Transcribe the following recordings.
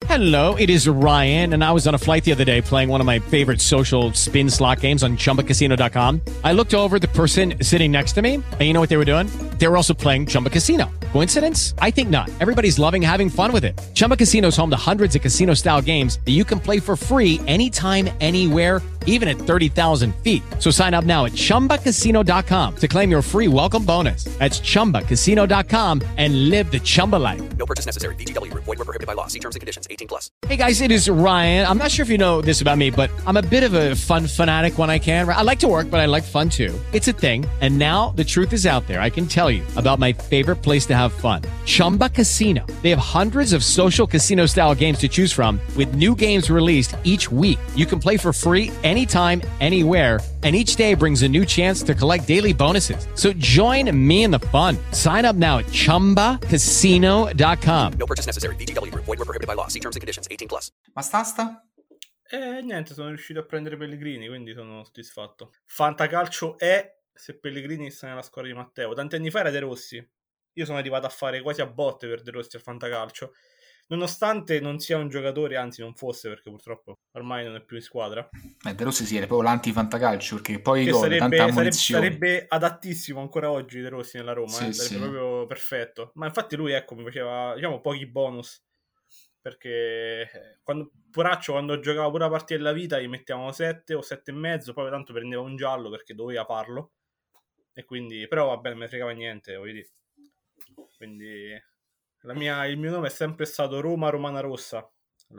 Hello, it is Ryan, and I was on a flight the other day playing one of my favorite social spin slot games on ChumbaCasino.com. I looked over at the person sitting next to me, and you know what they were doing? They were also playing Chumba Casino. Coincidence? I think not. Everybody's loving having fun with it. Chumba Casino is home to hundreds of casino-style games that you can play for free anytime, anywhere, even at 30,000 feet. So sign up now at ChumbaCasino.com to claim your free welcome bonus. That's ChumbaCasino.com and live the Chumba life. No purchase necessary. VGW. Void were prohibited by law. See terms and conditions. 18+. Hey guys, it is Ryan. I'm not sure if you know this about me, but I'm a bit of a fun fanatic when I can. I like to work, but I like fun too. It's a thing. And now the truth is out there. I can tell you about my favorite place to have fun. Chumba Casino. They have hundreds of social casino style games to choose from with new games released each week. You can play for free anytime, anywhere. And each day brings a new chance to collect daily bonuses. So join me in the fun. Sign up now at ChumbaCasino.com. No purchase necessary. VGW. Void were prohibited by law. See terms and conditions. 18+. Ma sta? Niente, sono riuscito a prendere Pellegrini, quindi sono soddisfatto. Fantacalcio è se Pellegrini sta nella squadra di Matteo. Tanti anni fa era De Rossi. Io sono arrivato a fare quasi a botte per De Rossi al fantacalcio, nonostante non sia un giocatore, anzi non fosse, perché purtroppo ormai non è più in squadra. De Rossi sì, era proprio l'antifantacalcio, perché poi i gol, tanta ammonizione. Sarebbe adattissimo ancora oggi De Rossi nella Roma, sì, sarebbe proprio perfetto. Ma infatti lui, ecco, mi faceva, diciamo, pochi bonus, perché quando giocava pure la partita della vita gli mettevamo 7 o 7,5, poi tanto prendeva un giallo perché doveva farlo, e quindi, però vabbè, non mi fregava niente, voglio dire. Quindi il mio nome è sempre stato Romana Rossa.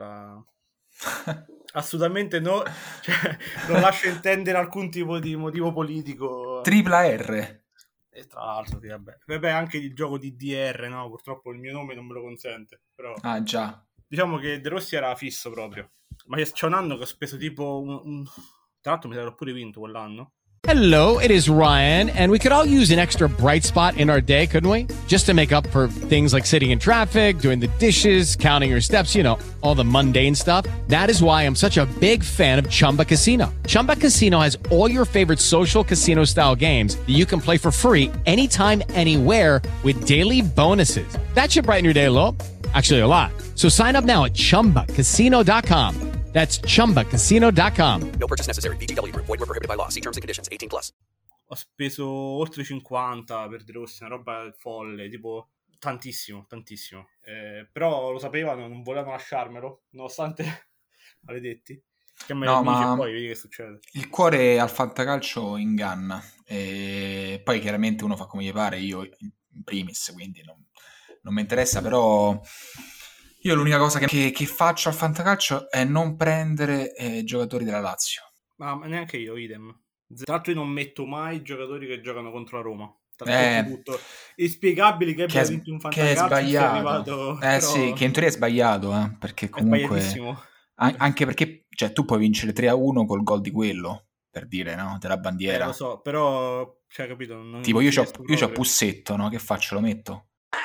Assolutamente no, cioè, non lascio intendere alcun tipo di motivo politico. Tripla R. E tra l'altro, sì, vabbè, anche il gioco di DR, no? Purtroppo il mio nome non me lo consente. Però Già. diciamo che De Rossi era fisso proprio. Ma c'è un anno che ho speso tipo tra l'altro mi sarò pure vinto quell'anno. Hello, it is Ryan, and we could all use an extra bright spot in our day, couldn't we? Just to make up for things like sitting in traffic, doing the dishes, counting your steps, you know, all the mundane stuff. That is why I'm such a big fan of Chumba Casino. Chumba Casino has all your favorite social casino-style games that you can play for free anytime, anywhere with daily bonuses. That should brighten your day a little. Actually, a lot. So sign up now at ChumbaCasino.com. That's ChumbaCasino.com. No purchase necessary. VGW. Void were prohibited by law. See terms and conditions. 18+. Ho speso oltre 50 per De Rossi, una roba folle, tipo tantissimo. Però lo sapevano, non volevano lasciarmelo, nonostante maledetti. Che me lo dice, poi vedi che succede. Il cuore al fantacalcio inganna, e poi chiaramente uno fa come gli pare, io in primis, quindi non mi interessa, però io l'unica cosa che faccio al fantacalcio è non prendere giocatori della Lazio. Ma neanche io, idem. Tra l'altro io non metto mai giocatori che giocano contro la Roma. Tutto inspiegabili che abbia vinto un fantacalcio, che è sbagliato. Arrivato, però Sì, che in teoria è sbagliato, perché comunque è anche perché, cioè, tu puoi vincere 3-1 col gol di quello, per dire, no? Della bandiera. Lo so, però, cioè, capito? Tipo io c'ho Pussetto, no? Che faccio? Lo metto?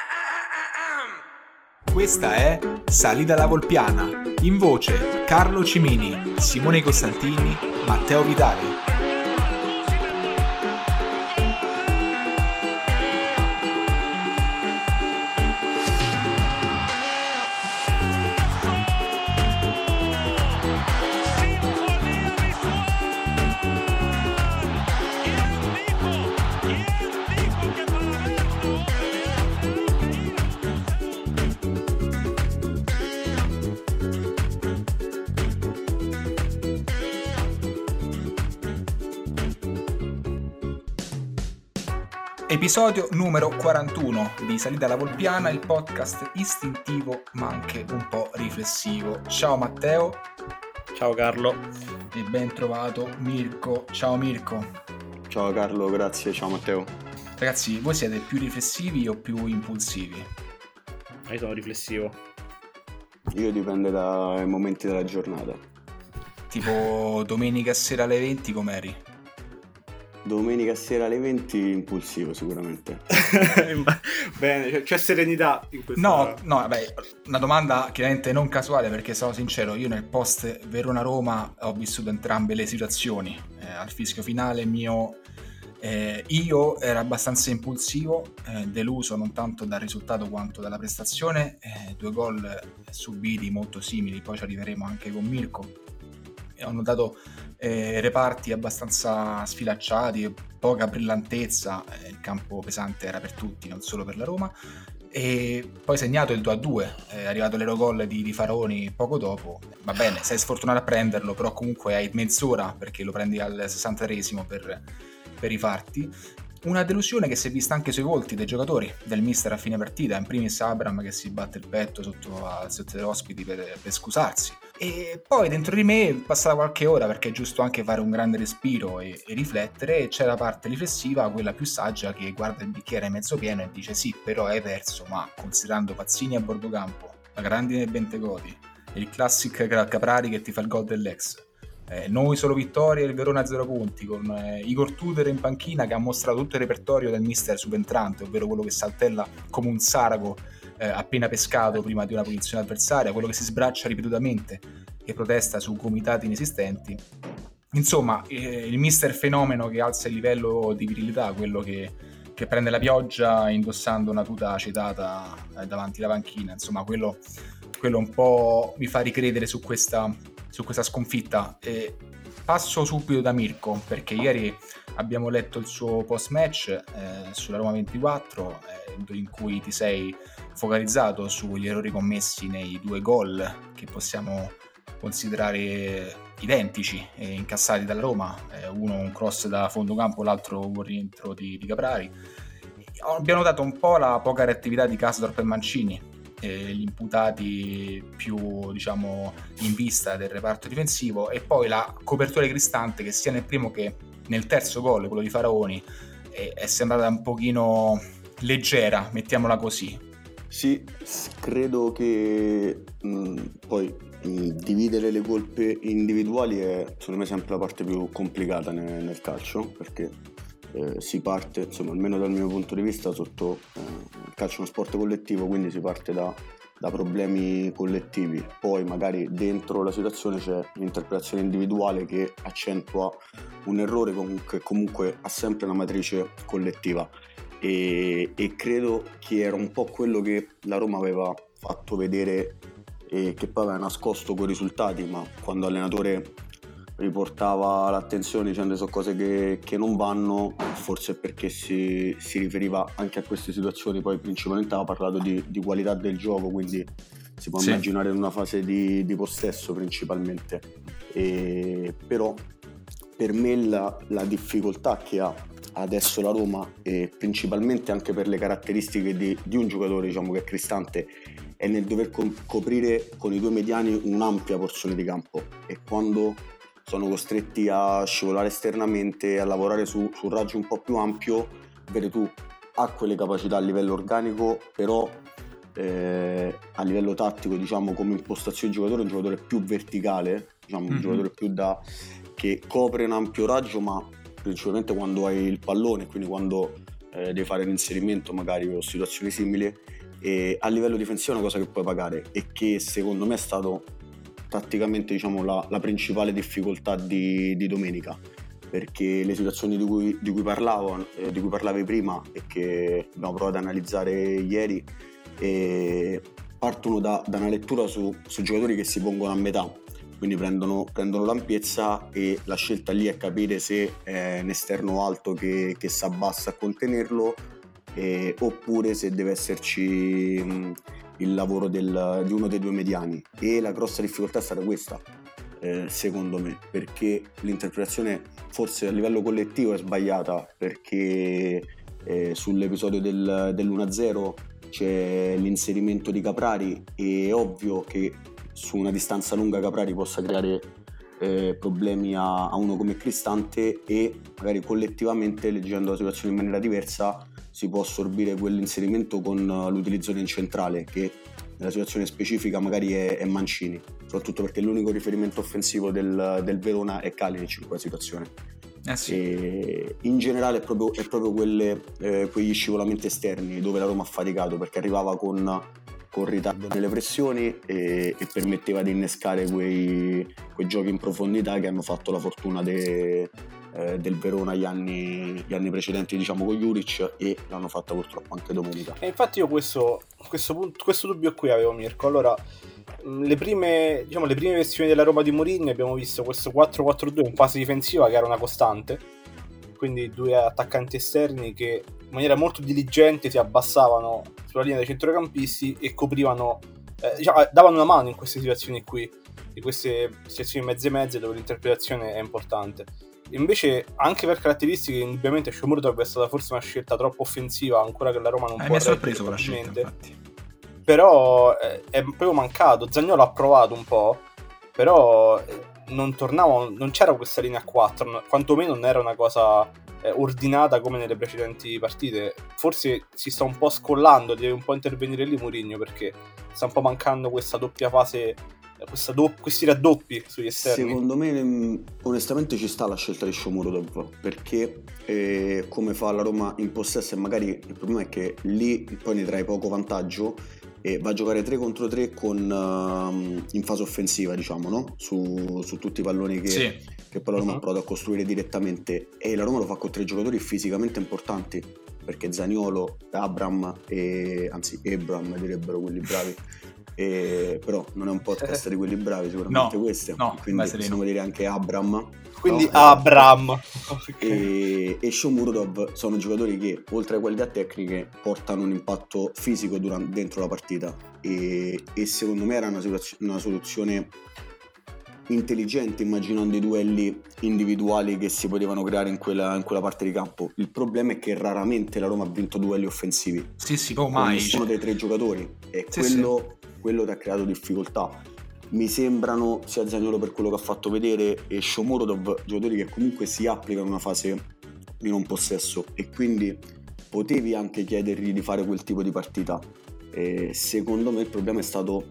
Questa è Salita alla Volpiana. In voce Carlo Cimini, Simone Costantini, Matteo Vitali. Episodio numero 41 di Salita alla Volpiana, il podcast istintivo ma anche un po' riflessivo. Ciao Matteo. Ciao Carlo. E ben trovato Mirko. Ciao Mirko. Ciao Carlo, grazie. Ciao Matteo. Ragazzi, voi siete più riflessivi o più impulsivi? Io sono riflessivo. Io dipende dai momenti della giornata. Tipo domenica sera alle 20 com'eri? Domenica sera alle 20 impulsivo sicuramente. Bene, c'è serenità in questo. No, vabbè, una domanda chiaramente non casuale, perché sono sincero, io nel post Verona-Roma ho vissuto entrambe le situazioni. Al fischio finale mio Io ero abbastanza impulsivo, deluso non tanto dal risultato quanto dalla prestazione, 2 gol subiti molto simili, poi ci arriveremo anche con Mirko. Ho notato reparti abbastanza sfilacciati, poca brillantezza, il campo pesante era per tutti, non solo per la Roma, e poi segnato il 2-2, è arrivato l'Eurogol di Faraoni poco dopo. Va bene, sei sfortunato a prenderlo, però comunque hai mezz'ora perché lo prendi al 63esimo per rifarti. Una delusione che si è vista anche sui volti dei giocatori, del mister a fine partita, in primis Abraham che si batte il petto sotto agli ospiti per scusarsi. E poi dentro di me è passata qualche ora, perché è giusto anche fare un grande respiro e riflettere, e c'è la parte riflessiva, quella più saggia, che guarda il bicchiere mezzo pieno e dice sì, però hai perso, ma considerando Pazzini a bordo campo, la grandine Bentegodi, il classic Caprari che ti fa il gol dell'ex, noi solo vittorie e il Verona 0 punti, con Igor Tudor in panchina che ha mostrato tutto il repertorio del mister subentrante, ovvero quello che saltella come un sarago appena pescato prima di una punizione avversaria, quello che si sbraccia ripetutamente e protesta su comitati inesistenti. Insomma, il mister fenomeno che alza il livello di virilità, quello che prende la pioggia indossando una tuta acetata davanti alla panchina, insomma quello un po' mi fa ricredere su questa sconfitta. Passo subito da Mirko, perché ieri abbiamo letto il suo post-match sulla Roma 24, in cui ti sei focalizzato sugli errori commessi nei 2 gol che possiamo considerare identici e incassati dalla Roma, uno un cross da fondo campo, l'altro un rientro di Caprari. Abbiamo notato un po' la poca reattività di Karsdorp e Mancini, gli imputati più, diciamo, in vista del reparto difensivo, e poi la copertura di Cristante che sia nel primo che nel terzo gol, quello di Faraoni, è sembrata un pochino leggera, mettiamola così. Sì, credo che poi dividere le colpe individuali è secondo me sempre la parte più complicata nel calcio, perché si parte, insomma, almeno dal mio punto di vista, sotto il calcio è uno sport collettivo, quindi si parte da problemi collettivi, poi magari dentro la situazione c'è l'interpretazione individuale che accentua un errore che comunque ha sempre una matrice collettiva, e credo che era un po' quello che la Roma aveva fatto vedere e che poi aveva nascosto coi risultati, ma quando l'allenatore riportava l'attenzione dicendo sono cose che non vanno, forse perché si riferiva anche a queste situazioni. Poi principalmente aveva parlato di qualità del gioco, quindi si può immaginare in una fase di possesso principalmente, però per me la difficoltà che ha adesso la Roma, e principalmente anche per le caratteristiche di un giocatore, diciamo, che è Cristante, è nel dover coprire con i 2 mediani un'ampia porzione di campo, e quando sono costretti a scivolare esternamente, a lavorare su un raggio un po' più ampio, Veretù ha quelle capacità a livello organico, però a livello tattico, diciamo, come impostazione di giocatore, è un giocatore più verticale, diciamo, un giocatore più che copre un ampio raggio, ma principalmente quando hai il pallone, quindi quando devi fare l'inserimento magari o situazioni simili. E a livello difensivo è una cosa che puoi pagare, e che secondo me è stato tatticamente, diciamo, la principale difficoltà di domenica, perché le situazioni di cui parlavi prima e che abbiamo provato ad analizzare ieri partono da una lettura su giocatori che si pongono a metà, quindi prendono l'ampiezza, e la scelta lì è capire se è un esterno alto che si abbassa a contenerlo, oppure se deve esserci il lavoro di uno dei 2 mediani. E la grossa difficoltà è stata questa, secondo me, perché l'interpretazione forse a livello collettivo è sbagliata, perché sull'episodio dell'1-0 c'è l'inserimento di Caprari, e è ovvio che su una distanza lunga Caprari possa creare problemi a uno come Cristante, e magari collettivamente, leggendo la situazione in maniera diversa, si può assorbire quell'inserimento con l'utilizzo del centrale, che nella situazione specifica magari è Mancini, soprattutto perché l'unico riferimento offensivo del Verona è Kalinic in quella situazione. Sì. E in generale è proprio quegli scivolamenti esterni dove la Roma ha faticato, perché arrivava con con ritardo nelle pressioni e permetteva di innescare quei giochi in profondità che hanno fatto la fortuna del Verona gli anni precedenti, diciamo, con Juric, e l'hanno fatta purtroppo anche domenica. E infatti io questo dubbio qui avevo, Mirko. Allora, le prime versioni della Roma di Mourinho abbiamo visto questo 4-4-2 in fase difensiva che era una costante, quindi due attaccanti esterni che in maniera molto diligente si abbassavano sulla linea dei centrocampisti e coprivano, davano una mano in queste situazioni qui, in queste situazioni mezze dove l'interpretazione è importante. Invece, anche per caratteristiche, indubbiamente Shomurodov è stata forse una scelta troppo offensiva, ancora che la Roma non può. Mi ha sorpreso quella scelta, infatti. Però è proprio mancato. Zaniolo ha provato un po', però non c'era questa linea a 4, quantomeno non era una cosa ordinata come nelle precedenti partite. Forse si sta un po' scollando, deve un po' intervenire lì Mourinho, perché sta un po' mancando questa doppia fase, questi raddoppi sugli esterni. Secondo me onestamente ci sta la scelta di Shomurodov, perché come fa la Roma in possesso, e magari il problema è che lì poi ne trae poco vantaggio e va a giocare 3 contro 3 in fase offensiva, diciamo, no? Su tutti i palloni che poi la Roma ha provato a costruire direttamente, e la Roma lo fa con 3 giocatori fisicamente importanti, perché Zaniolo, Abram Ebram direbbero quelli bravi. Però non è un podcast di quelli bravi, sicuramente questo, quindi possiamo dire anche Abram, quindi no? Abram e Shomurodov sono giocatori che oltre a qualità tecniche portano un impatto fisico dentro la partita, e secondo me era una soluzione intelligente, immaginando i duelli individuali che si potevano creare in quella parte di campo. Il problema è che raramente la Roma ha vinto duelli offensivi, mai nessuno dei 3 giocatori, e quello ti ha creato difficoltà. Mi sembrano sia Zaniolo, per quello che ha fatto vedere, e Shomurodov giocatori che comunque si applicano una fase di non possesso, e quindi potevi anche chiedergli di fare quel tipo di partita. Secondo me il problema è stato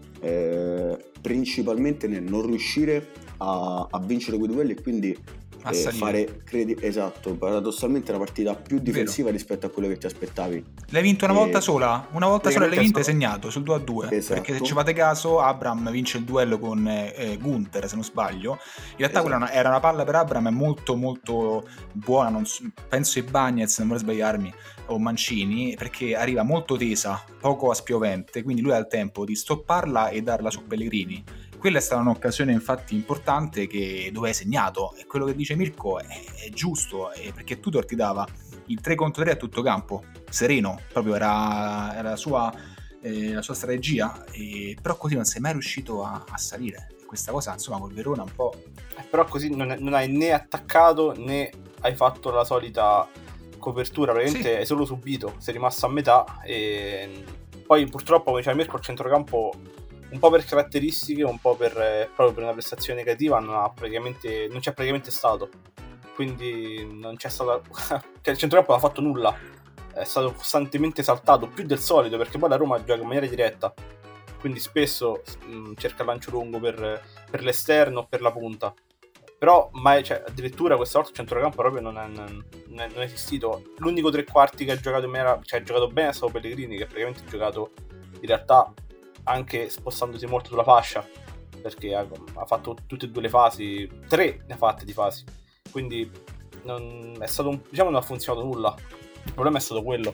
principalmente nel non riuscire a vincere quei duelli, e quindi fare paradossalmente una partita più difensiva rispetto a quello che ti aspettavi. L'hai vinto una volta sola l'hai vinto e segnato sul 2-2, esatto. Perché se ci fate caso Abram vince il duello con Gunther, se non sbaglio. In realtà quella era una palla per Abram molto molto buona, penso Ibañez, non vorrei sbagliarmi, o Mancini, perché arriva molto tesa, poco a spiovente, quindi lui ha il tempo di stopparla e darla su Pellegrini. Quella è stata un'occasione infatti importante dove hai segnato, e quello che dice Mirko è giusto, perché Tudor ti dava il 3 contro 3 a tutto campo, sereno, proprio era la sua strategia, però così non sei mai riuscito a salire, e questa cosa insomma col Verona un po'. Però così non hai né attaccato né hai fatto la solita copertura, praticamente hai solo subito, sei rimasto a metà, e poi purtroppo, come diceva Mirko, il centrocampo, un po' per caratteristiche, un po' proprio per una prestazione negativa, non c'è praticamente stato, quindi non c'è stata cioè il centrocampo non ha fatto nulla, è stato costantemente saltato, più del solito, perché poi la Roma gioca in maniera diretta, quindi spesso cerca il lancio lungo per l'esterno o per la punta, però mai, addirittura questa volta il centrocampo proprio non è esistito. L'unico tre quarti che ha giocato ha giocato bene è stato Pellegrini, che praticamente ha giocato in realtà anche spostandosi molto sulla fascia, perché ha fatto tutte e due le fasi, 3 ne ha fatte di fasi, quindi non ha funzionato nulla. Il problema è stato quello,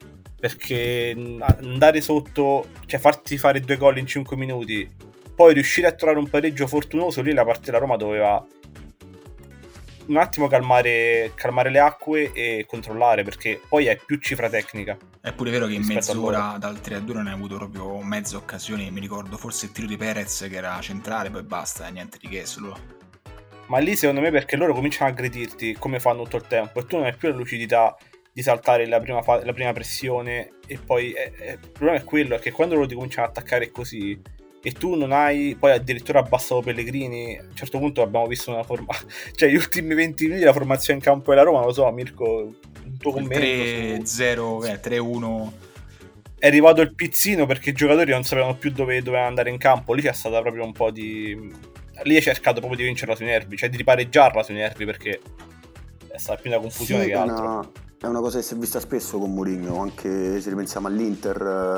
perché andare sotto, farti fare 2 gol in 5 minuti, poi riuscire a trovare un pareggio fortunoso, lì la parte della Roma doveva un attimo calmare le acque e controllare, perché poi è più cifra tecnica. È pure vero che in mezz'ora dal 3-2 non hai avuto proprio mezze occasioni. Mi ricordo forse il tiro di Perez che era centrale, poi basta, niente di che, solo. Ma lì secondo me perché loro cominciano a aggredirti come fanno tutto il tempo, e tu non hai più la lucidità di saltare la prima pressione, e poi il problema è quello, è che quando loro ti cominciano ad attaccare così e tu non hai, poi addirittura abbassato Pellegrini, a un certo punto abbiamo visto gli ultimi 20 minuti la formazione in campo della Roma, non lo so, Mirko, un tuo commento 3-0, 3-1. È arrivato il pizzino perché i giocatori non sapevano più dove dovevano andare in campo. Lì c'è stata proprio un po' lì hai cercato proprio di vincerla sui nervi, di pareggiarla sui nervi, perché è stata più una confusione che altro. È una cosa che si è vista spesso con Mourinho, anche se ripensiamo all'Inter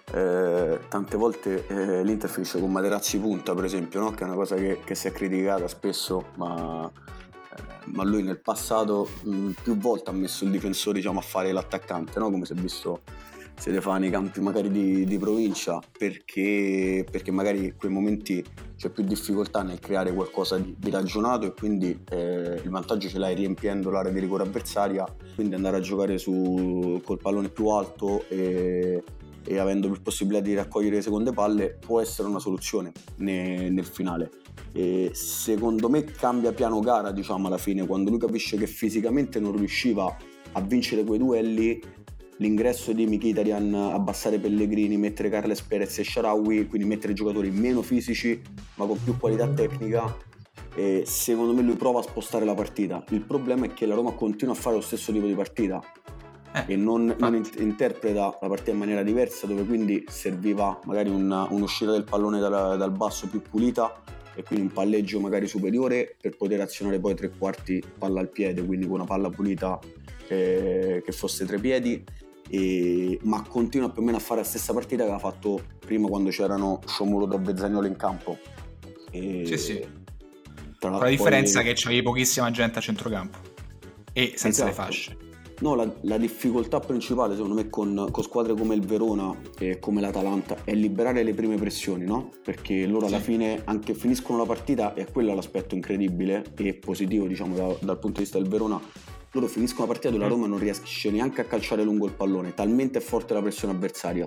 tante volte l'Inter finisce con Materazzi punta, per esempio, no? Che è una cosa che si è criticata spesso, ma lui nel passato più volte ha messo il difensore, diciamo, a fare l'attaccante, no? Come si è visto se fa nei campi magari di provincia, perché magari in quei momenti c'è più difficoltà nel creare qualcosa di ragionato, e quindi il vantaggio ce l'hai riempiendo l'area di rigore avversaria, quindi andare a giocare col pallone più alto e avendo più possibilità di raccogliere le seconde palle può essere una soluzione nel finale. E secondo me cambia piano gara, diciamo, alla fine, quando lui capisce che fisicamente non riusciva a vincere quei duelli. L'ingresso di Mkhitaryan, abbassare Pellegrini, mettere Carles Perez e Shaarawy, quindi mettere giocatori meno fisici ma con più qualità tecnica, e secondo me lui prova a spostare la partita. Il problema è che la Roma continua a fare lo stesso tipo di partita e non interpreta la partita in maniera diversa, dove quindi serviva magari un'uscita del pallone dal basso più pulita e quindi un palleggio magari superiore per poter azionare poi tre quarti palla al piede, quindi con una palla pulita che fosse tre piedi, ma continua più o meno a fare la stessa partita che aveva fatto prima quando c'erano Shomurodov e Zaniolo in campo. Sì. Con la differenza che c'avevi pochissima gente a centrocampo e senza le fasce. No, la difficoltà principale secondo me con squadre come il Verona e come l'Atalanta è liberare le prime pressioni, no? Perché loro alla fine anche finiscono la partita, e quello è l'aspetto incredibile e positivo, diciamo, dal punto di vista del Verona. Loro finiscono la partita dove la Roma non riesce neanche a calciare lungo il pallone, talmente è forte la pressione avversaria.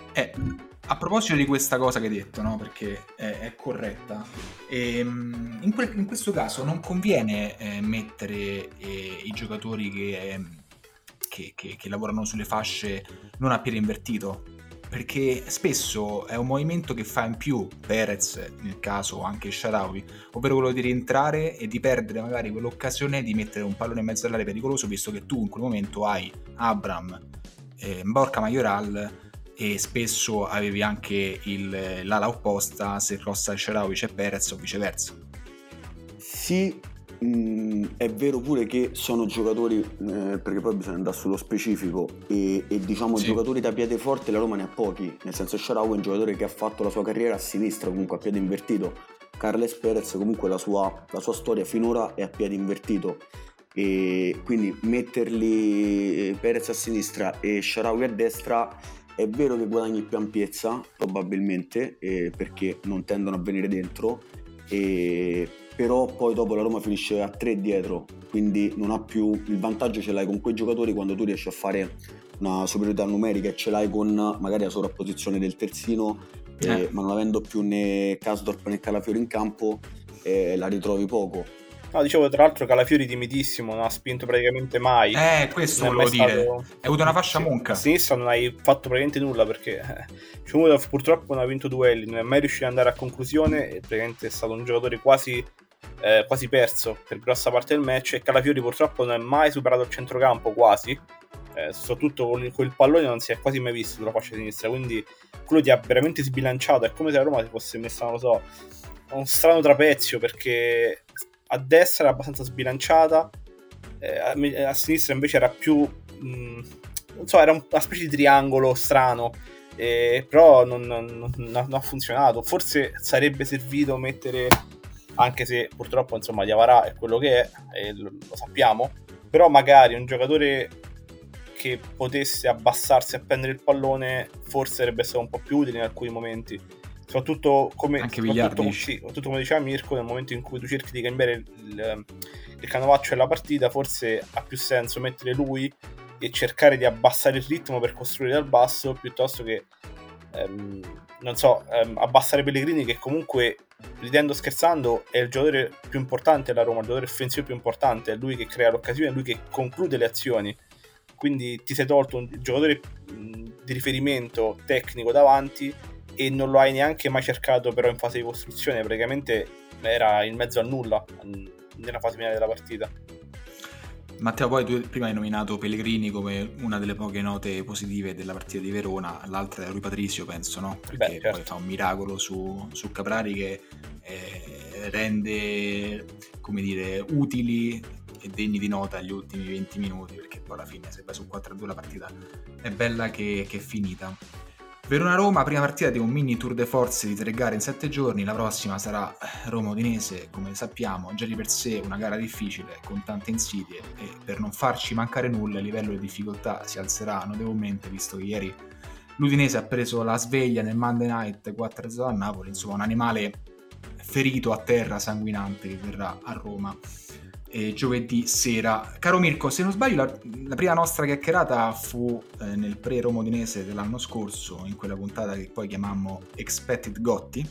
A proposito di questa cosa che hai detto, no? Perché è corretta, in questo caso non conviene mettere i giocatori che lavorano sulle fasce non a piede invertito, perché spesso è un movimento che fa in più Perez, nel caso anche Shaarawy, ovvero quello di rientrare e di perdere magari quell'occasione di mettere un pallone in mezzo all'area pericoloso, visto che tu in quel momento hai Abraham, Borja Mayoral, e spesso avevi anche l'ala opposta, se crossa Shaarawy c'è Perez o viceversa. Sì, è vero pure che sono giocatori, perché poi bisogna andare sullo specifico, e diciamo giocatori da piede forte la Roma ne ha pochi, nel senso Shaarawy è un giocatore che ha fatto la sua carriera a sinistra, comunque a piede invertito. Carles Perez comunque la sua storia finora è a piede invertito, e quindi metterli Perez a sinistra e Shaarawy a destra è vero che guadagni più ampiezza probabilmente, perché non tendono a venire dentro, però poi dopo la Roma finisce a 3 dietro, quindi non ha più il vantaggio, ce l'hai con quei giocatori quando tu riesci a fare una superiorità numerica, e ce l'hai con magari la sovrapposizione del terzino, ma non avendo più né Karsdorp né Calafiori in campo, la ritrovi poco. No, dicevo, tra l'altro Calafiori timidissimo, non ha spinto praticamente mai. Questo volevo dire. Hai avuto una fascia monca. A sinistra non hai fatto praticamente nulla, perché Shomurodov purtroppo non ha vinto duelli, non è mai riuscito ad andare a conclusione, e praticamente è stato un giocatore quasi perso per grossa parte del match, e Calafiori purtroppo non è mai superato il centrocampo, quasi. Soprattutto con il pallone non si è quasi mai visto sulla fascia sinistra, quindi quello ti ha veramente sbilanciato. È come se la Roma si fosse messa, non lo so, un strano trapezio, perché a destra era abbastanza sbilanciata, a sinistra invece era più non so, era una specie di triangolo strano, però non ha funzionato. Forse sarebbe servito mettere, anche se purtroppo insomma Diawara è quello che è, e lo sappiamo, però magari un giocatore che potesse abbassarsi a prendere il pallone forse sarebbe stato un po' più utile in alcuni momenti, soprattutto come diceva Mirko, nel momento in cui tu cerchi di cambiare il canovaccio della partita, forse ha più senso mettere lui e cercare di abbassare il ritmo per costruire dal basso, piuttosto che abbassare Pellegrini, che comunque, ridendo scherzando, è il giocatore più importante della Roma, il giocatore offensivo più importante, è lui che crea l'occasione, è lui che conclude le azioni, quindi ti sei tolto un giocatore di riferimento tecnico davanti e non lo hai neanche mai cercato però in fase di costruzione, praticamente era in mezzo a nulla nella fase finale della partita. Matteo, poi tu prima hai nominato Pellegrini come una delle poche note positive della partita di Verona, l'altra è Rui Patricio, penso, no? Perché poi fa un miracolo su Caprari che rende, come dire, utili e degni di nota gli ultimi 20 minuti, perché poi alla fine se vai su 4-2 la partita è bella che è finita. Verona-Roma, prima partita di un mini tour de force di 3 gare in 7 giorni. La prossima sarà Roma-Udinese, come sappiamo, già di per sé una gara difficile con tante insidie, e per non farci mancare nulla il livello di difficoltà si alzerà notevolmente, visto che ieri l'Udinese ha preso la sveglia nel Monday Night 4-0 a Napoli. Insomma, un animale ferito a terra, sanguinante, che verrà a Roma giovedì sera. Caro Mirko, se non sbaglio la prima nostra chiacchierata fu nel pre-Roma Udinese dell'anno scorso, in quella puntata che poi chiamammo Expected Gotti.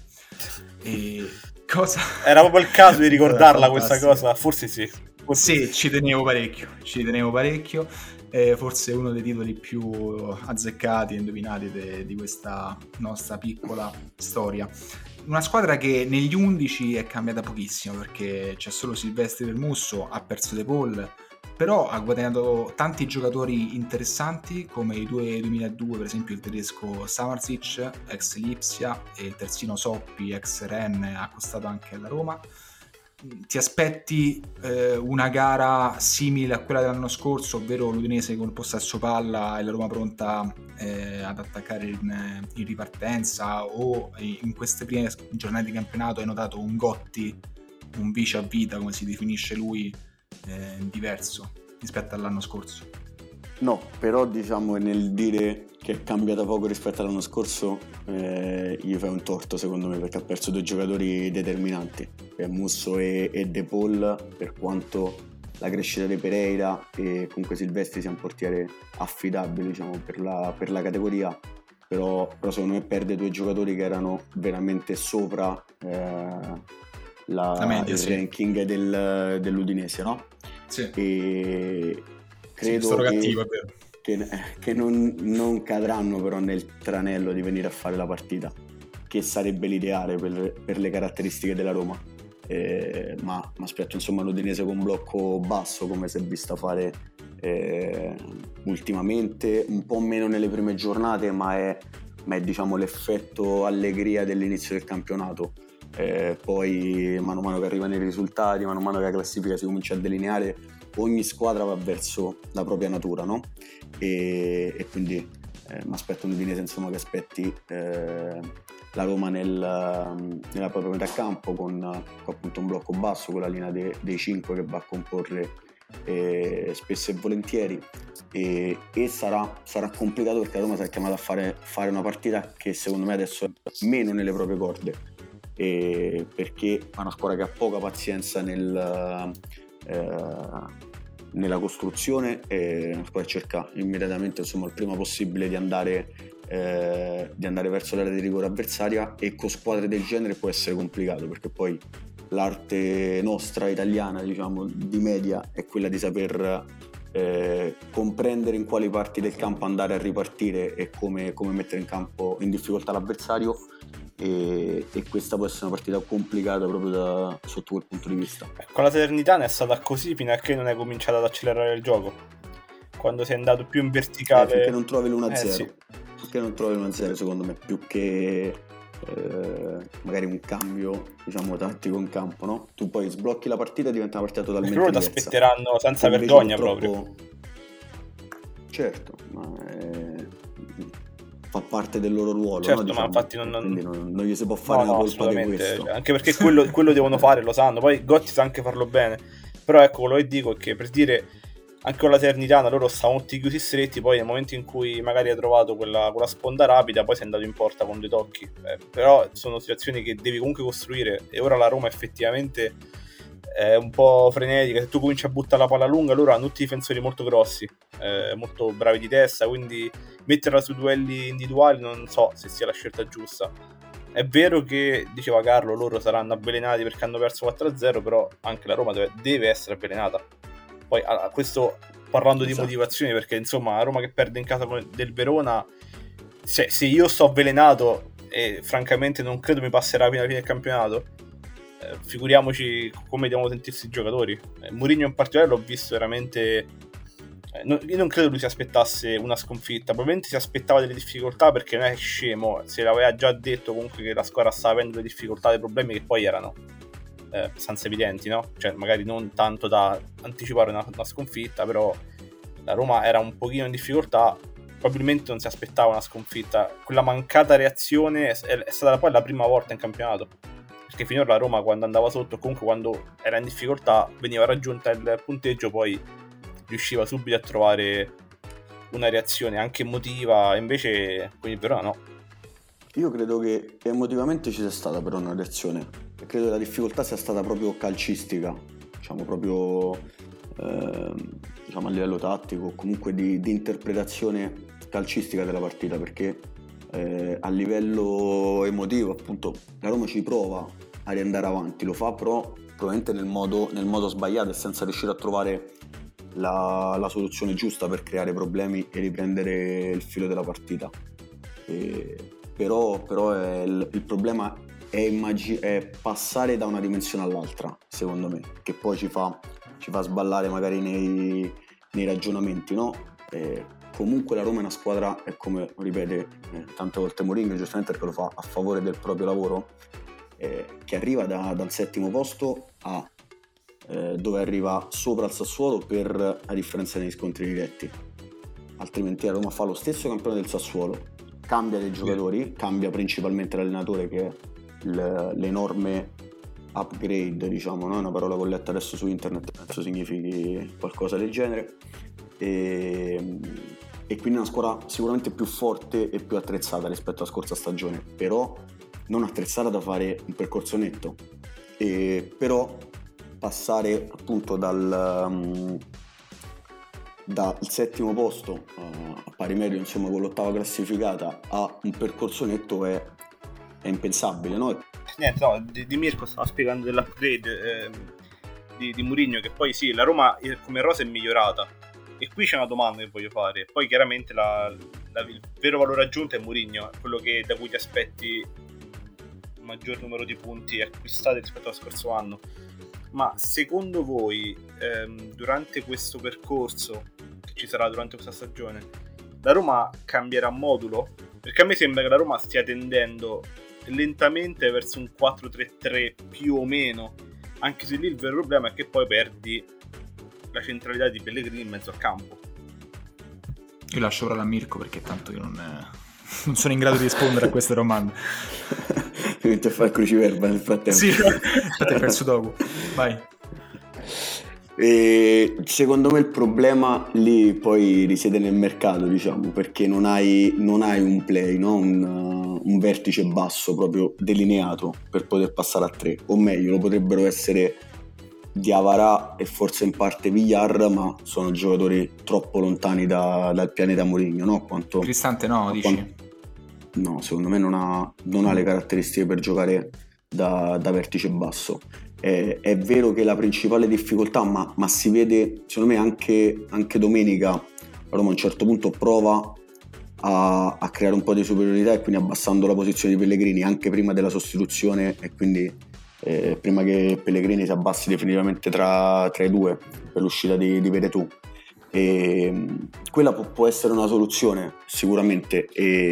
E cosa... Era proprio il caso di ricordarla questa cosa, forse sì. Sì, ci tenevo parecchio. Forse uno dei titoli più azzeccati e indovinati di questa nostra piccola storia. Una squadra che negli 11 è cambiata pochissimo, perché c'è solo Silvestri del Musso, ha perso De Paul, però ha guadagnato tanti giocatori interessanti, come i due 2002, per esempio il tedesco Samardzic, ex Lipsia, e il terzino Soppi, ex Rennes, accostato anche alla Roma. Ti aspetti una gara simile a quella dell'anno scorso, ovvero l'Udinese con il possesso palla e la Roma pronta ad attaccare in ripartenza, o in queste prime giornate di campionato hai notato un Gotti, un vice a vita, come si definisce lui, diverso rispetto all'anno scorso? No, però diciamo nel dire che è cambiata poco rispetto all'anno scorso gli fai un torto, secondo me, perché ha perso due giocatori determinanti, Musso e De Paul, per quanto la crescita di Pereira e comunque Silvestri sia un portiere affidabile, diciamo, per la categoria, però secondo me perde due giocatori che erano veramente sopra media, il sì, ranking dell'Udinese, no? Sì. E credo sì, cattivo, è vero. Che non cadranno però nel tranello di venire a fare la partita, che sarebbe l'ideale per le caratteristiche della Roma, ma aspetto insomma l'Udinese con blocco basso, come si è vista fare ultimamente, un po' meno nelle prime giornate, ma è diciamo l'effetto allegria dell'inizio del campionato. Poi mano a mano che arrivano i risultati, mano a mano che la classifica si comincia a delineare, ogni squadra va verso la propria natura, no? E quindi mi aspetto un Udinese insomma che aspetti la Roma nella propria metà campo, con appunto un blocco basso, con la linea dei 5 che va a comporre spesso e volentieri, e sarà complicato, perché la Roma sarà chiamata a fare una partita che secondo me adesso è meno nelle proprie corde, perché è una squadra che ha poca pazienza nella costruzione, e una squadra che cerca immediatamente insomma il prima possibile di andare verso l'area di rigore avversaria, e con squadre del genere può essere complicato, perché poi l'arte nostra italiana, diciamo, di media è quella di saper comprendere in quali parti del campo andare a ripartire e come mettere in difficoltà l'avversario, e questa può essere una partita complicata proprio sotto quel punto di vista. Con la Salernitana è stata così fino a che non hai cominciato ad accelerare il gioco, quando sei andato più in verticale, perché non trovi l'1-0, sì. Perché non trovi l'1-0 secondo me, più che magari un cambio, diciamo, tattico in campo, no? Tu poi sblocchi la partita e diventa una partita totalmente loro ti diversa. aspetteranno senza Invece vergogna purtroppo... proprio. Certo, ma fa parte del loro ruolo, certo, no? Diciamo, ma infatti non gli si può fare una colpa di questo, anche perché quello devono fare, lo sanno. Poi Gotti sa anche farlo bene, però ecco, quello che dico è che, per dire, anche con la Salernitana loro stavano tutti chiusi stretti, poi nel momento in cui magari hai trovato quella sponda rapida, poi sei andato in porta con due tocchi, però sono situazioni che devi comunque costruire, e ora la Roma effettivamente è un po' frenetica. Se tu cominci a buttare la palla lunga, loro hanno tutti i difensori molto grossi, molto bravi di testa, quindi metterla su duelli individuali non so se sia la scelta giusta. È vero che, diceva Carlo, loro saranno avvelenati perché hanno perso 4-0, però anche la Roma deve essere avvelenata. Poi a questo parlando di motivazioni, perché insomma la Roma che perde in casa del Verona, se io sto avvelenato, e francamente non credo mi passerà fino alla fine del campionato, figuriamoci come devono sentirsi i giocatori. Mourinho in particolare l'ho visto veramente, io non credo lui si aspettasse una sconfitta, probabilmente si aspettava delle difficoltà, perché non è scemo, se l'aveva già detto comunque che la squadra stava avendo delle difficoltà, dei problemi che poi erano abbastanza evidenti, no? Cioè magari non tanto da anticipare una sconfitta, però la Roma era un pochino in difficoltà, probabilmente non si aspettava una sconfitta. Quella mancata reazione è stata poi la prima volta in campionato, perché finora la Roma, quando andava sotto, comunque quando era in difficoltà, veniva raggiunta il punteggio, poi riusciva subito a trovare una reazione anche emotiva, invece con il Verona no. Io credo che emotivamente ci sia stata però una reazione, e credo che la difficoltà sia stata proprio calcistica, diciamo proprio diciamo a livello tattico, comunque di interpretazione calcistica della partita, perché a livello emotivo appunto la Roma ci prova a riandare avanti, lo fa però probabilmente nel modo sbagliato e senza riuscire a trovare la soluzione giusta per creare problemi e riprendere il filo della partita. Però il problema è passare da una dimensione all'altra, secondo me, che poi ci fa sballare magari nei ragionamenti, no? Comunque la Roma è una squadra, e come ripete tante volte Mourinho, giustamente perché lo fa a favore del proprio lavoro, che arriva dal settimo posto a dove arriva sopra il Sassuolo a differenza degli scontri diretti. Altrimenti la Roma fa lo stesso campione del Sassuolo, cambia dei giocatori, cambia principalmente l'allenatore, che è l'enorme upgrade, diciamo, no? È una parola che ho letto adesso su internet, penso significhi qualcosa del genere, e quindi è una squadra sicuramente più forte e più attrezzata rispetto alla scorsa stagione, però non attrezzata da fare un percorso netto, però passare appunto dal settimo posto a pari merito, insomma, con l'ottava classificata a un percorso netto è impensabile, no? Niente, no, di Mirko stava spiegando dell'upgrade di Mourinho, che poi sì, la Roma come rosa è migliorata, e qui c'è una domanda che voglio fare. Poi chiaramente il vero valore aggiunto è Mourinho, quello da cui ti aspetti il maggior numero di punti acquistati rispetto allo scorso anno. Ma secondo voi, durante questo percorso che ci sarà durante questa stagione, la Roma cambierà modulo? Perché a me sembra che la Roma stia tendendo lentamente verso un 4-3-3 più o meno, anche se lì il vero problema è che poi perdi la centralità di Pellegrini in mezzo al campo. Io lascio ora a Mirko, perché tanto io non sono in grado di rispondere a queste domande. Mi metto a fare il cruciverba nel frattempo. Sì, te perso dopo. Vai. E secondo me il problema lì poi risiede nel mercato, diciamo, perché non hai un play, no? Un vertice basso proprio delineato per poter passare a 3, o meglio, lo potrebbero essere Diawara e forse in parte Villar, ma sono giocatori troppo lontani dal pianeta Mourinho, no? Cristante no, dici? No, secondo me non ha le caratteristiche per giocare da vertice basso. È vero che la principale difficoltà, ma si vede secondo me anche domenica, la Roma a un certo punto prova a creare un po' di superiorità, e quindi abbassando la posizione di Pellegrini anche prima della sostituzione, e quindi prima che Pellegrini si abbassi definitivamente tra i due per l'uscita di Veretout. Quella può essere una soluzione sicuramente,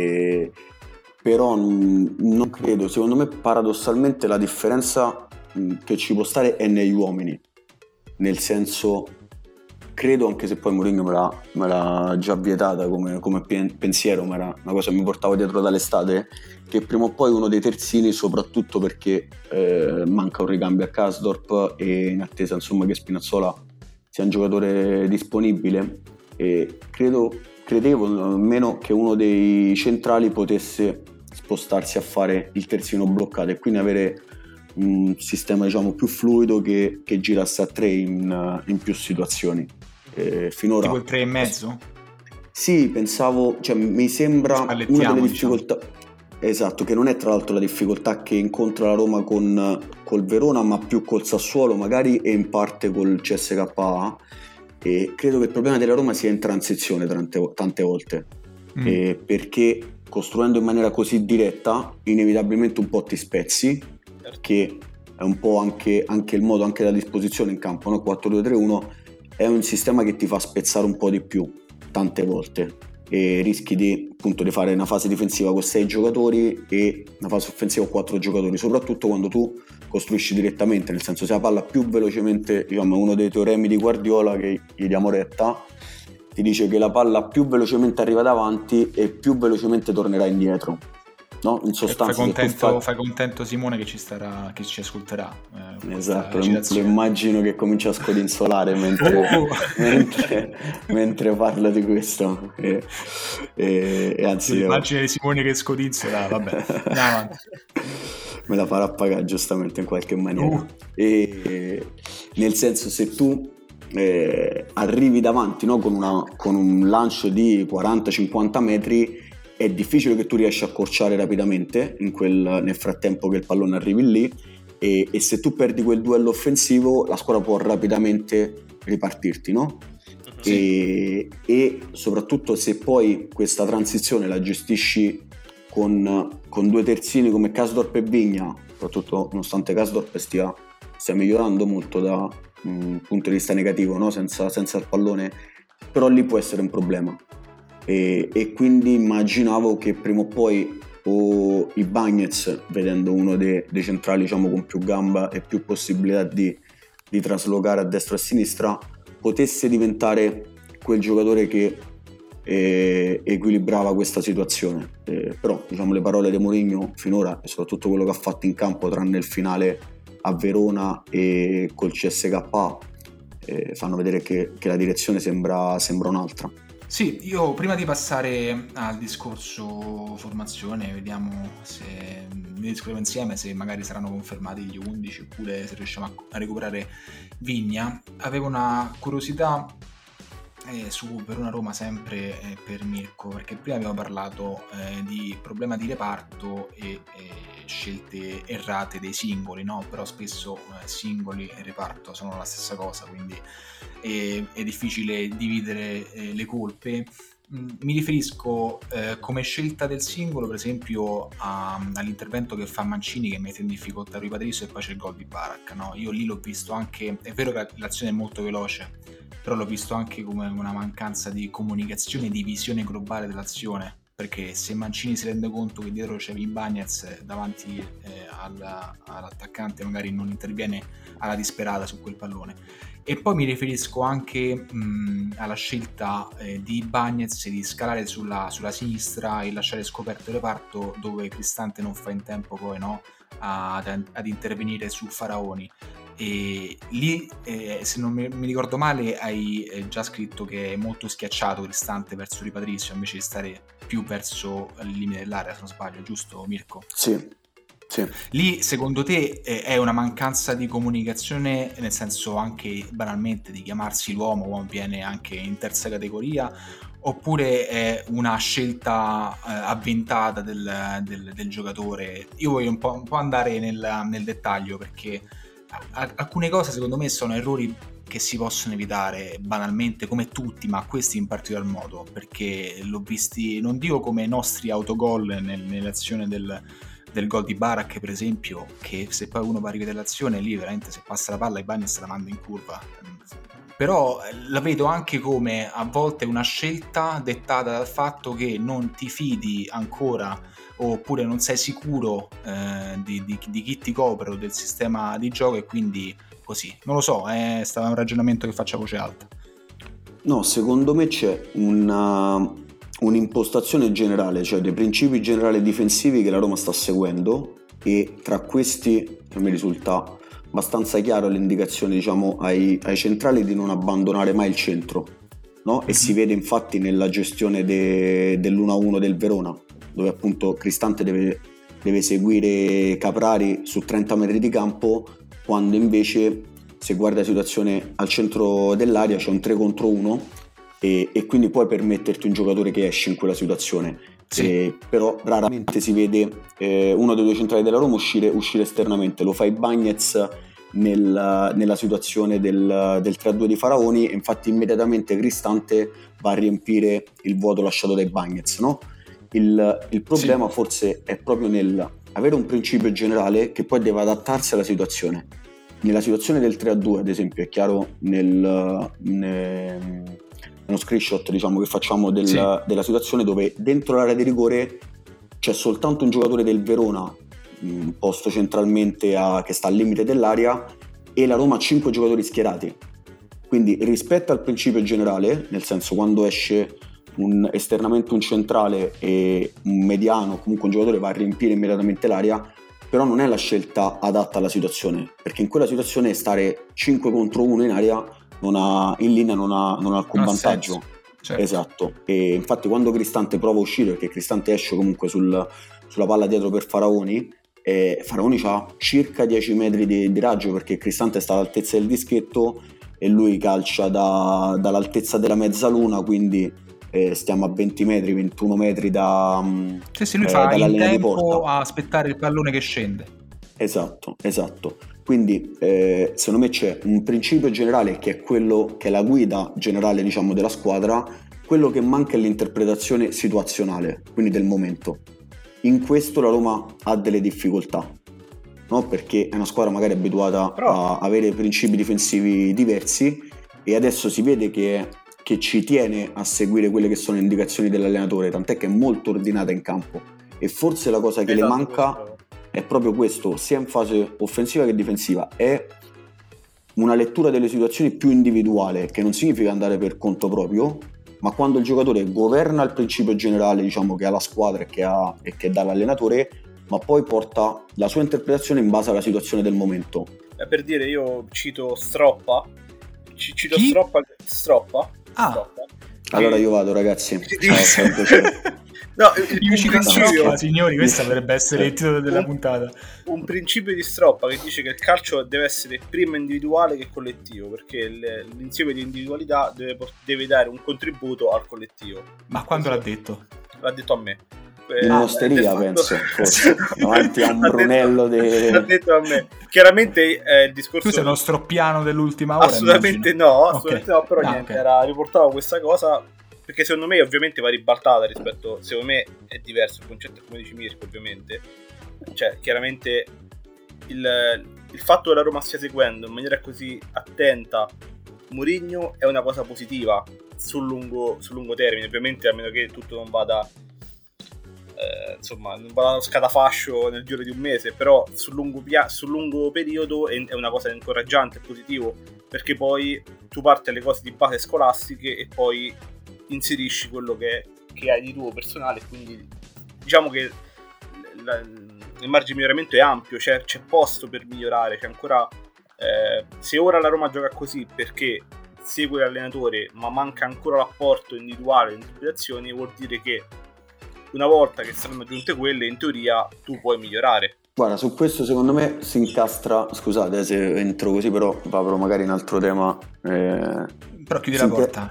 però non credo. Secondo me paradossalmente la differenza che ci può stare è negli uomini, nel senso, credo, anche se poi Mourinho me l'ha già vietata come pensiero, ma era una cosa che mi portavo dietro dall'estate, che prima o poi uno dei terzini, soprattutto perché manca un ricambio a Karsdorp e in attesa insomma che Spinazzola sia un giocatore disponibile, e credevo almeno che uno dei centrali potesse spostarsi a fare il terzino bloccato e quindi avere un sistema, diciamo, più fluido che girasse a 3 in più situazioni. Finora tipo il 3,5? Sì, pensavo, cioè mi sembra una delle difficoltà, diciamo. Esatto, che non è tra l'altro la difficoltà che incontra la Roma col Verona, ma più col Sassuolo magari, e in parte col CSKA, e credo che il problema della Roma sia in transizione tante volte, perché costruendo in maniera così diretta inevitabilmente un po' ti spezzi, che è un po' anche il modo, anche la disposizione in campo, no? 4-2-3-1 è un sistema che ti fa spezzare un po' di più tante volte, e rischi di fare una fase difensiva con 6 giocatori e una fase offensiva con 4 giocatori, soprattutto quando tu costruisci direttamente, nel senso, se la palla più velocemente, diciamo, uno dei teoremi di Guardiola che gli diamo retta, ti dice che la palla più velocemente arriva davanti e più velocemente tornerà indietro, no? In sostanza fai contento Simone che ci ascolterà. Esatto, lo immagino che comincia a scodinzolare mentre parlo di questo e anzi l'immagine di Simone che scodinzola, vabbè, andiamo avanti. Me la farà pagare giustamente in qualche maniera. E nel senso, se tu arrivi davanti, no, con un lancio di 40-50 metri, è difficile che tu riesci a accorciare rapidamente nel frattempo che il pallone arrivi lì, e se tu perdi quel duello offensivo la squadra può rapidamente ripartirti, no? Sì. E soprattutto se poi questa transizione la gestisci con due terzini come Karsdorp e Vigna, soprattutto nonostante Karsdorp stia migliorando molto da un punto di vista negativo, no? Senza il pallone, però lì può essere un problema, e quindi immaginavo che prima o poi o i Bagnets, vedendo uno dei centrali, diciamo, con più gamba e più possibilità di traslocare a destra e a sinistra, potesse diventare quel giocatore che equilibrava questa situazione, però diciamo le parole di Mourinho finora, e soprattutto quello che ha fatto in campo tranne il finale a Verona e col CSKA, fanno vedere che la direzione sembra un'altra. Sì, io prima di passare al discorso formazione, vediamo se ne discutiamo insieme, se magari saranno confermati gli 11 oppure se riusciamo a recuperare Vigna. Avevo una curiosità su Verona Roma, sempre per Mirko, perché prima abbiamo parlato di problema di reparto e scelte errate dei singoli, no? Però spesso singoli e reparto sono la stessa cosa, quindi è difficile dividere le colpe. Mi riferisco come scelta del singolo, per esempio all'intervento che fa Mancini, che mette in difficoltà Rui Patricio, e poi c'è il gol di Barak, no? Io lì l'ho visto anche, è vero che l'azione è molto veloce, però l'ho visto anche come una mancanza di comunicazione e di visione globale dell'azione, perché se Mancini si rende conto che dietro c'è Bagnets davanti all'attaccante, magari non interviene alla disperata su quel pallone. E poi mi riferisco anche alla scelta di Bagnets di scalare sulla sinistra e lasciare scoperto il reparto, dove Cristante non fa in tempo poi, no, ad intervenire su Faraoni. E lì, se non mi ricordo male, hai già scritto che è molto schiacciato Cristante verso Rui Patricio invece di stare più verso il limite dell'area, se non sbaglio, giusto Mirko? Sì. Lì secondo te è una mancanza di comunicazione, nel senso anche banalmente di chiamarsi l'uomo viene anche in terza categoria, oppure è una scelta avventata del giocatore? Io voglio un po' andare nel dettaglio, perché alcune cose secondo me sono errori che si possono evitare banalmente, come tutti, ma questi in particolar modo, perché l'ho visti, non dico come nostri autogol nell'azione del gol di Barak, per esempio, che se poi uno va a rivedere l'azione, lì veramente se passa la palla i Bagni se la manda in curva, però la vedo anche come a volte una scelta dettata dal fatto che non ti fidi ancora, oppure non sei sicuro di chi ti copre o del sistema di gioco, e quindi così, non lo so, è stato un ragionamento che faccio a voce alta. No, secondo me c'è un'impostazione generale, cioè dei principi generali difensivi che la Roma sta seguendo, e tra questi mi risulta abbastanza chiaro l'indicazione, diciamo, ai centrali di non abbandonare mai il centro, no? E si vede infatti nella gestione dell'1-1 del Verona, dove appunto Cristante deve seguire Caprari su 30 metri di campo, quando invece, se guarda la situazione al centro dell'area, c'è un 3 contro 1 e quindi puoi permetterti un giocatore che esce in quella situazione. Sì. Però raramente si vede uno dei due centrali della Roma uscire esternamente. Lo fa i Bagnets nella situazione del 3-2 di Faraoni, e infatti immediatamente Cristante va a riempire il vuoto lasciato dai Bagnets, no? Il problema forse è proprio nel avere un principio generale che poi deve adattarsi alla situazione. Nella situazione del 3-2, ad esempio, è chiaro nello screenshot, diciamo, che facciamo della situazione, dove dentro l'area di rigore c'è soltanto un giocatore del Verona posto centralmente che sta al limite dell'area, e la Roma ha 5 giocatori schierati. Quindi rispetto al principio generale, nel senso quando esce esternamente un centrale e un mediano, comunque un giocatore va a riempire immediatamente l'area, però non è la scelta adatta alla situazione, perché in quella situazione stare 5 contro 1 in area in linea non ha alcun Non ha vantaggio. senso. Certo. Esatto, e infatti quando Cristante prova a uscire, perché Cristante esce comunque sulla palla dietro per Faraoni, Faraoni ha circa 10 metri di raggio, perché Cristante sta all'altezza del dischetto e lui calcia dall'altezza della mezzaluna, quindi stiamo a 20 metri, 21 metri Se lui fa dalla in linea di tempo porta. a aspettare il pallone che scende. Esatto. Quindi secondo me c'è un principio generale che è quello che è la guida generale, diciamo, della squadra. Quello che manca è l'interpretazione situazionale, quindi del momento. In questo la Roma ha delle difficoltà, no? Perché è una squadra magari abituata a avere principi difensivi diversi, e adesso si vede che ci tiene a seguire quelle che sono le indicazioni dell'allenatore, tant'è che è molto ordinata in campo, e forse la cosa che le manca è proprio questo, sia in fase offensiva che difensiva, è una lettura delle situazioni più individuale, che non significa andare per conto proprio, ma quando il giocatore governa il principio generale, diciamo, che ha la squadra e che dà l'allenatore, ma poi porta la sua interpretazione in base alla situazione del momento. Per dire, io cito Stroppa. Cito Chi? Stroppa. Ah. Stroppa. Allora io vado, ragazzi. No, il Io cito principio, Stroppa, signori, questo dovrebbe essere il titolo della puntata. un principio di Stroppa che dice che il calcio deve essere prima individuale che collettivo, perché l'insieme di individualità deve dare un contributo al collettivo. Ma quando l'ha detto? L'ha detto a me. In osteria, penso, forse, davanti a un Brunello l'ha detto a me. Chiaramente il discorso... Tu sei uno stroppiano dell'ultima ora? Assolutamente immagino. no, Ok. assolutamente no, però niente, ok. riportavo questa cosa perché secondo me ovviamente va ribaltata rispetto, secondo me è diverso il concetto, come dici Mirko, ovviamente, cioè chiaramente il fatto che la Roma stia seguendo in maniera così attenta Mourinho è una cosa positiva sul lungo termine, ovviamente, a meno che tutto non vada insomma, non vada allo scatafascio nel giro di un mese, però sul lungo periodo è una cosa incoraggiante, è positivo, perché poi tu parti alle cose di base scolastiche e poi inserisci quello che hai di tuo personale, quindi diciamo che il margine di miglioramento è ampio, c'è posto per migliorare, c'è ancora se ora la Roma gioca così perché segue l'allenatore ma manca ancora l'apporto individuale, le interpretazioni, vuol dire che una volta che saranno giunte quelle, in teoria tu puoi migliorare. Guarda, su questo secondo me si incastra, scusate se entro così, però apro magari un altro tema. Però chiudi la porta.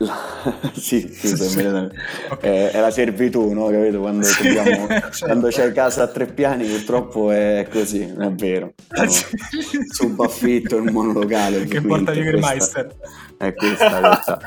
Sì, Okay. è la servitù, no? Capito? Quando quando c'hai casa a 3 piani, purtroppo è così, è vero. Subaffitto in un monolocale. Che porta Jägermeister. È questa.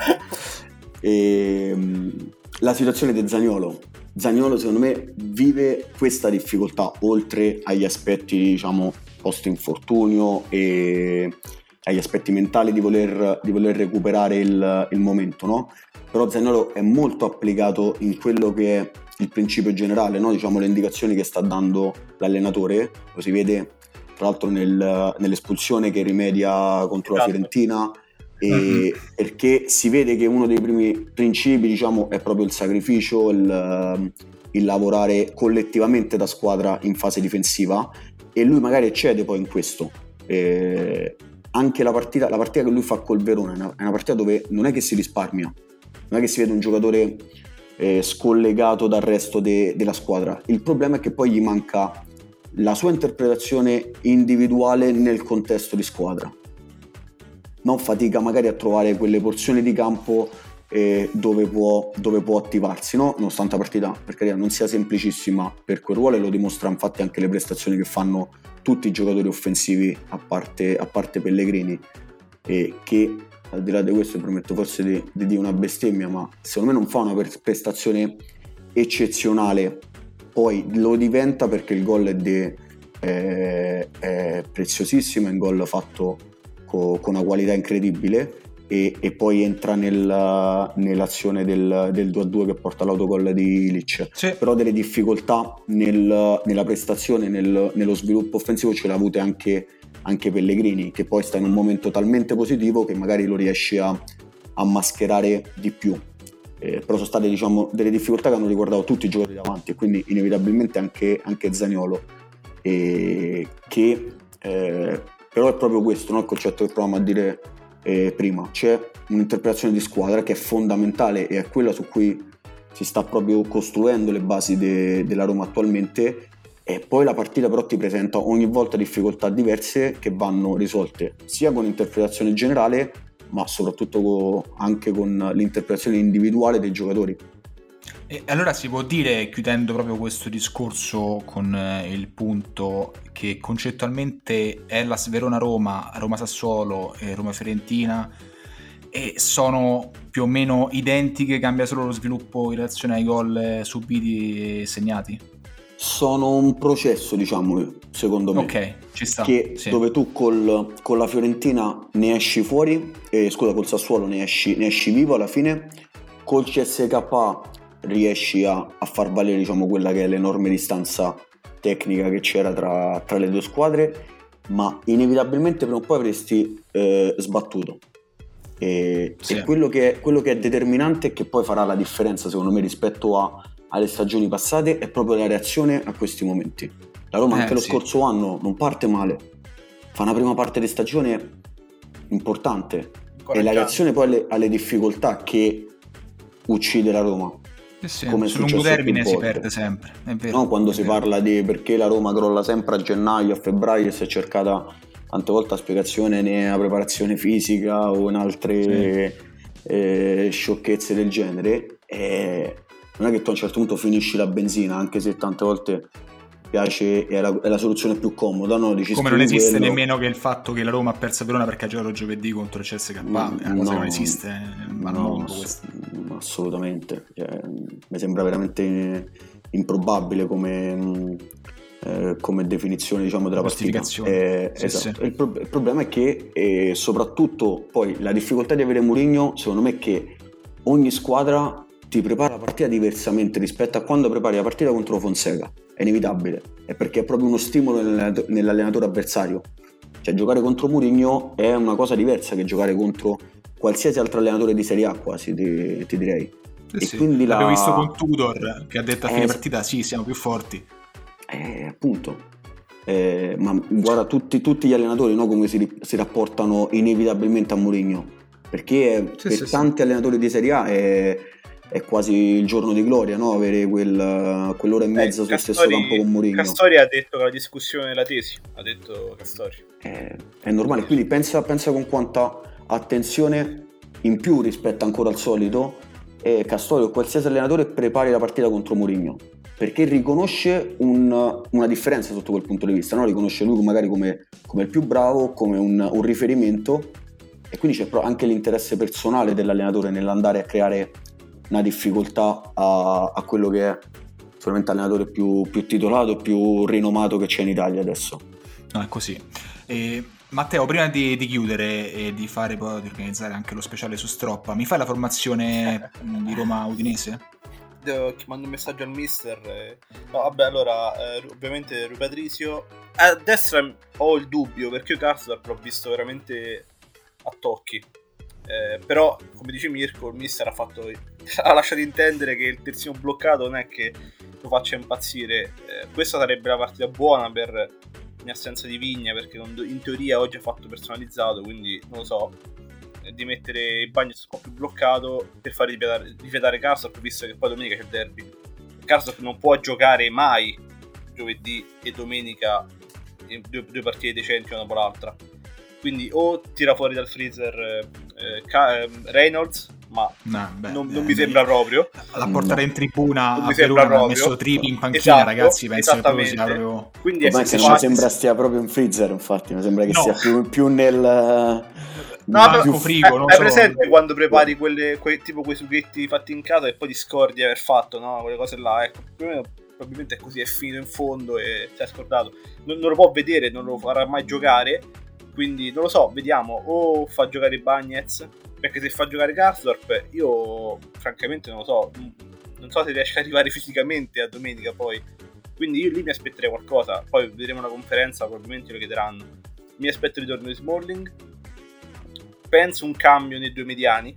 La situazione di Zaniolo secondo me vive questa difficoltà, oltre agli aspetti, diciamo, post infortunio e agli aspetti mentali di voler recuperare il momento, no? Però Zaniolo è molto applicato in quello che è il principio generale, no? Diciamo, le indicazioni che sta dando l'allenatore, lo si vede tra l'altro nell'espulsione che rimedia contro la Fiorentina, perché si vede che uno dei primi principi, diciamo, è proprio il sacrificio, il lavorare collettivamente da squadra in fase difensiva, e lui magari eccede poi in questo. Anche la partita che lui fa col Verona è una partita dove non è che si risparmia, non è che si vede un giocatore scollegato dal resto della squadra. Il problema è che poi gli manca la sua interpretazione individuale nel contesto di squadra. Non fatica magari a trovare quelle porzioni di campo dove può attivarsi, no? Nonostante la partita, per carità, non sia semplicissima per quel ruolo, e lo dimostra infatti anche le prestazioni che fanno tutti i giocatori offensivi a parte Pellegrini, che al di là di questo prometto forse di dire una bestemmia, ma secondo me non fa una prestazione eccezionale, poi lo diventa perché il gol è preziosissimo, è un gol fatto con una qualità incredibile, e poi entra nell'azione del 2-2 che porta all'autogol di Ilic. Sì. Però delle difficoltà nella prestazione, nello sviluppo offensivo ce l'ha avute anche anche Pellegrini, che poi sta in un momento talmente positivo che magari lo riesce a mascherare di più. Però sono state, diciamo, delle difficoltà che hanno riguardato tutti i giocatori davanti, e quindi inevitabilmente anche Zaniolo, però è proprio questo, no? Il concetto che provavamo a dire prima: c'è un'interpretazione di squadra che è fondamentale e è quella su cui si sta proprio costruendo le basi della Roma attualmente, e poi la partita però ti presenta ogni volta difficoltà diverse che vanno risolte sia con l'interpretazione generale, ma soprattutto anche con l'interpretazione individuale dei giocatori. E allora si può dire, chiudendo proprio questo discorso con il punto, che concettualmente Hellas Verona-Roma, Roma-Sassuolo e Roma-Fiorentina sono più o meno identiche, cambia solo lo sviluppo in relazione ai gol subiti e segnati? Sono un processo, diciamo, secondo me. Ok, ci sta. Che sì. Dove tu con la Fiorentina ne esci fuori, col Sassuolo ne esci vivo alla fine, col CSKA riesci a far valere, diciamo, quella che è l'enorme distanza tecnica che c'era tra le due squadre, ma inevitabilmente prima o poi avresti sbattuto. E quello che è determinante e che poi farà la differenza, secondo me, rispetto alle stagioni passate, è proprio la reazione a questi momenti. La Roma anche lo scorso anno non parte male, fa una prima parte di stagione importante, e la reazione poi alle difficoltà che uccide la Roma. Come su lungo termine si perde sempre, è vero, no? Quando si parla di perché la Roma crolla sempre a gennaio, a febbraio, e si è cercata tante volte la spiegazione nella preparazione fisica o in altre sciocchezze del genere, non è che tu a un certo punto finisci la benzina, anche se tante volte piace, è la soluzione più comoda, no? Dici, come non esiste nemmeno che il fatto che la Roma ha perso a Verona perché ha giocato giovedì contro il CSKA, è una cosa che non esiste al mondo, questo. Assolutamente, mi sembra veramente improbabile come definizione, diciamo, della partita. Esatto. Il problema è che soprattutto poi la difficoltà di avere Mourinho, secondo me, è che ogni squadra ti prepara la partita diversamente rispetto a quando prepari la partita contro Fonseca. È inevitabile, è perché è proprio uno stimolo nell'allenatore avversario. Cioè, giocare contro Mourinho è una cosa diversa che giocare contro qualsiasi altro allenatore di Serie A, quasi ti direi. Quindi l'abbiamo visto con Tudor, che ha detto a fine partita: sì, siamo più forti. Appunto. Ma guarda tutti gli allenatori, no, come si rapportano inevitabilmente a Mourinho, perché tanti allenatori di Serie A è quasi il giorno di gloria, no? Avere quell'ora e mezza sul stesso campo con Mourinho. Castori ha detto che la discussione della tesi, ha detto Castori. È normale, quindi pensa con quanta attenzione in più rispetto ancora al solito Castori o qualsiasi allenatore prepari la partita contro Mourinho, perché riconosce una differenza sotto quel punto di vista, no? Riconosce lui magari come il più bravo, come un riferimento, e quindi c'è anche l'interesse personale dell'allenatore nell'andare a creare una difficoltà a quello che è solamente l'allenatore più titolato, più rinomato che c'è in Italia adesso. No, è così. Matteo, prima di chiudere e di organizzare anche lo speciale su Stroppa, mi fai la formazione di Roma Udinese? Mando un messaggio al mister. No, vabbè, allora ovviamente Rui Patricio a destra. Ho il dubbio perché io Karsdorp l'ho visto veramente a tocchi, però come dice Mirko, il mister ha lasciato intendere che il terzino bloccato non è che lo faccia impazzire. Questa sarebbe la partita buona per in assenza di Vigna, perché in teoria oggi ha fatto personalizzato, quindi non lo so, di mettere il Bagnets un po' più bloccato per far rifiatare Karsdorp, visto che poi domenica c'è il derby. Karsdorp non può giocare mai giovedì e domenica in due partite decenti una dopo l'altra, quindi o tira fuori dal freezer Reynolds, ma non mi sembra proprio. La portare in tribuna a Verona, ha messo Trippi in panchina, esatto, ragazzi, penso che proprio sia proprio... Quindi non mi sembra stia proprio in freezer, infatti mi sembra che sia più nel più frigo, non hai so. Presente quando prepari tipo quei sughetti fatti in casa e poi ti scordi di aver fatto, no? Quelle cose là, ecco, probabilmente è così, è finito in fondo e si è scordato, non lo può vedere, non lo farà mai giocare, quindi non lo so, vediamo, o fa giocare Bagnets, perché se fa giocare Karsdorp io francamente non lo so, non so se riesce ad arrivare fisicamente a domenica poi, quindi io lì mi aspetterei qualcosa, poi vedremo la conferenza, probabilmente lo chiederanno, mi aspetto il ritorno di Smalling, penso un cambio nei due mediani,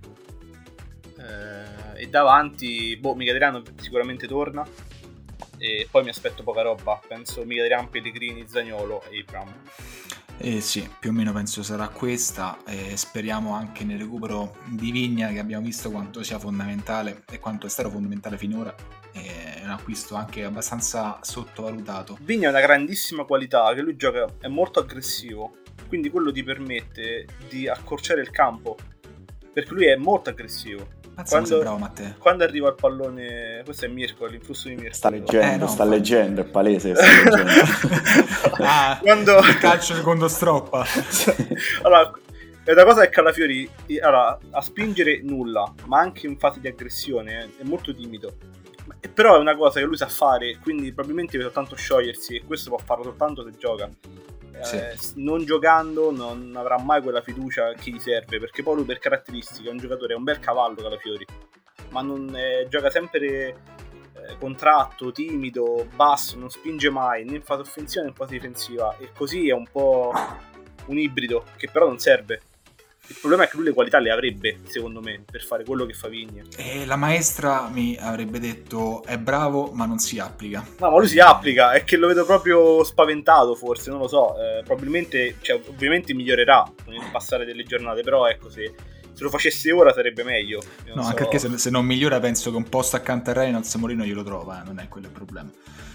e davanti Mkhitaryan sicuramente torna, e poi mi aspetto poca roba, penso Mkhitaryan, Pellegrini, Zaniolo e Abraham. Sì, più o meno penso sarà questa, e speriamo anche nel recupero di Vigna, che abbiamo visto quanto sia fondamentale e quanto è stato fondamentale finora. È un acquisto anche abbastanza sottovalutato. Vigna ha una grandissima qualità, che lui gioca, è molto aggressivo, quindi quello ti permette di accorciare il campo, perché lui è molto aggressivo. Bravo Matteo. Quando arriva il pallone, questo è Mirko, l'influsso di Mirko. Sta leggendo, no, leggendo, è palese che sta leggendo. Quando il calcio secondo stroppa. Allora, la cosa è che Calafiori, a spingere nulla, ma anche in fase di aggressione è molto timido. Però è una cosa che lui sa fare, quindi probabilmente vedo tanto sciogliersi, e questo può farlo soltanto se gioca. Sì. Non giocando non avrà mai quella fiducia che gli serve, perché poi lui per caratteristiche è un giocatore, è un bel cavallo Calafiori, ma non gioca sempre contratto, timido, basso, non spinge mai né in fase offensiva né in fase difensiva, e così è un po' un ibrido che però non serve. Il problema è che lui le qualità le avrebbe, secondo me, per fare quello che fa Vigna. E la maestra mi avrebbe detto è bravo ma non si applica. No, ma lui si applica, è che lo vedo proprio spaventato, forse, non lo so. Probabilmente, ovviamente migliorerà con il passare delle giornate, però ecco, se lo facesse ora sarebbe meglio. No, anche perché se non migliora penso che un posto accanto a Reynolds Mourinho glielo trova, non è quello il problema.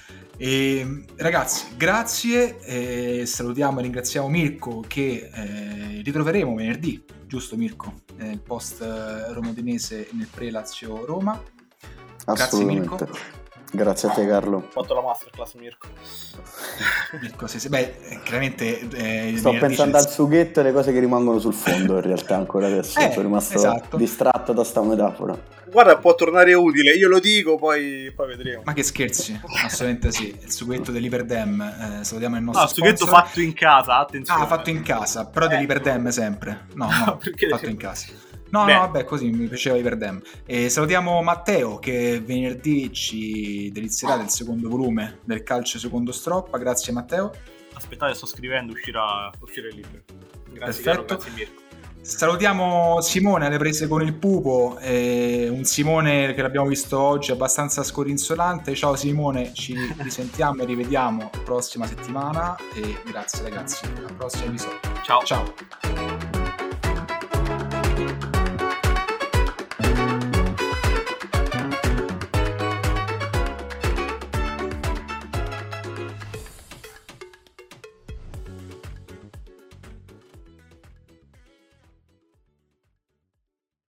E, ragazzi, grazie, salutiamo e ringraziamo Mirko, che ritroveremo venerdì, giusto Mirko? Nel post Roma-Udinese e nel pre-Lazio Roma. Grazie Mirko. Grazie a te Carlo. Ho fatto la masterclass Mirko. Mirko, chiaramente sto pensando al sughetto e le cose che rimangono sul fondo in realtà ancora adesso. Sono rimasto distratto da sta metafora. Guarda, può tornare utile, io lo dico, poi vedremo. Ma che scherzi, assolutamente sì. Il sughetto dell'Iperdem, salutiamo il nostro sponsor. Sughetto fatto in casa, attenzione. Fatto in casa, però dell'Iperdem sempre. No, fatto in casa. No, vabbè, così mi piaceva Iperdem. E salutiamo Matteo, che venerdì ci delizierà del secondo volume del Calcio Secondo Stroppa. Grazie Matteo. Aspettate, sto scrivendo, uscirà il libro. Grazie Perfetto. Caro, grazie Mirko. Salutiamo Simone alle prese con il pupo, un Simone che l'abbiamo visto oggi abbastanza scodinzolante. Ciao Simone, ci risentiamo e rivediamo la prossima settimana, e grazie ragazzi, al prossimo episodio. Ciao.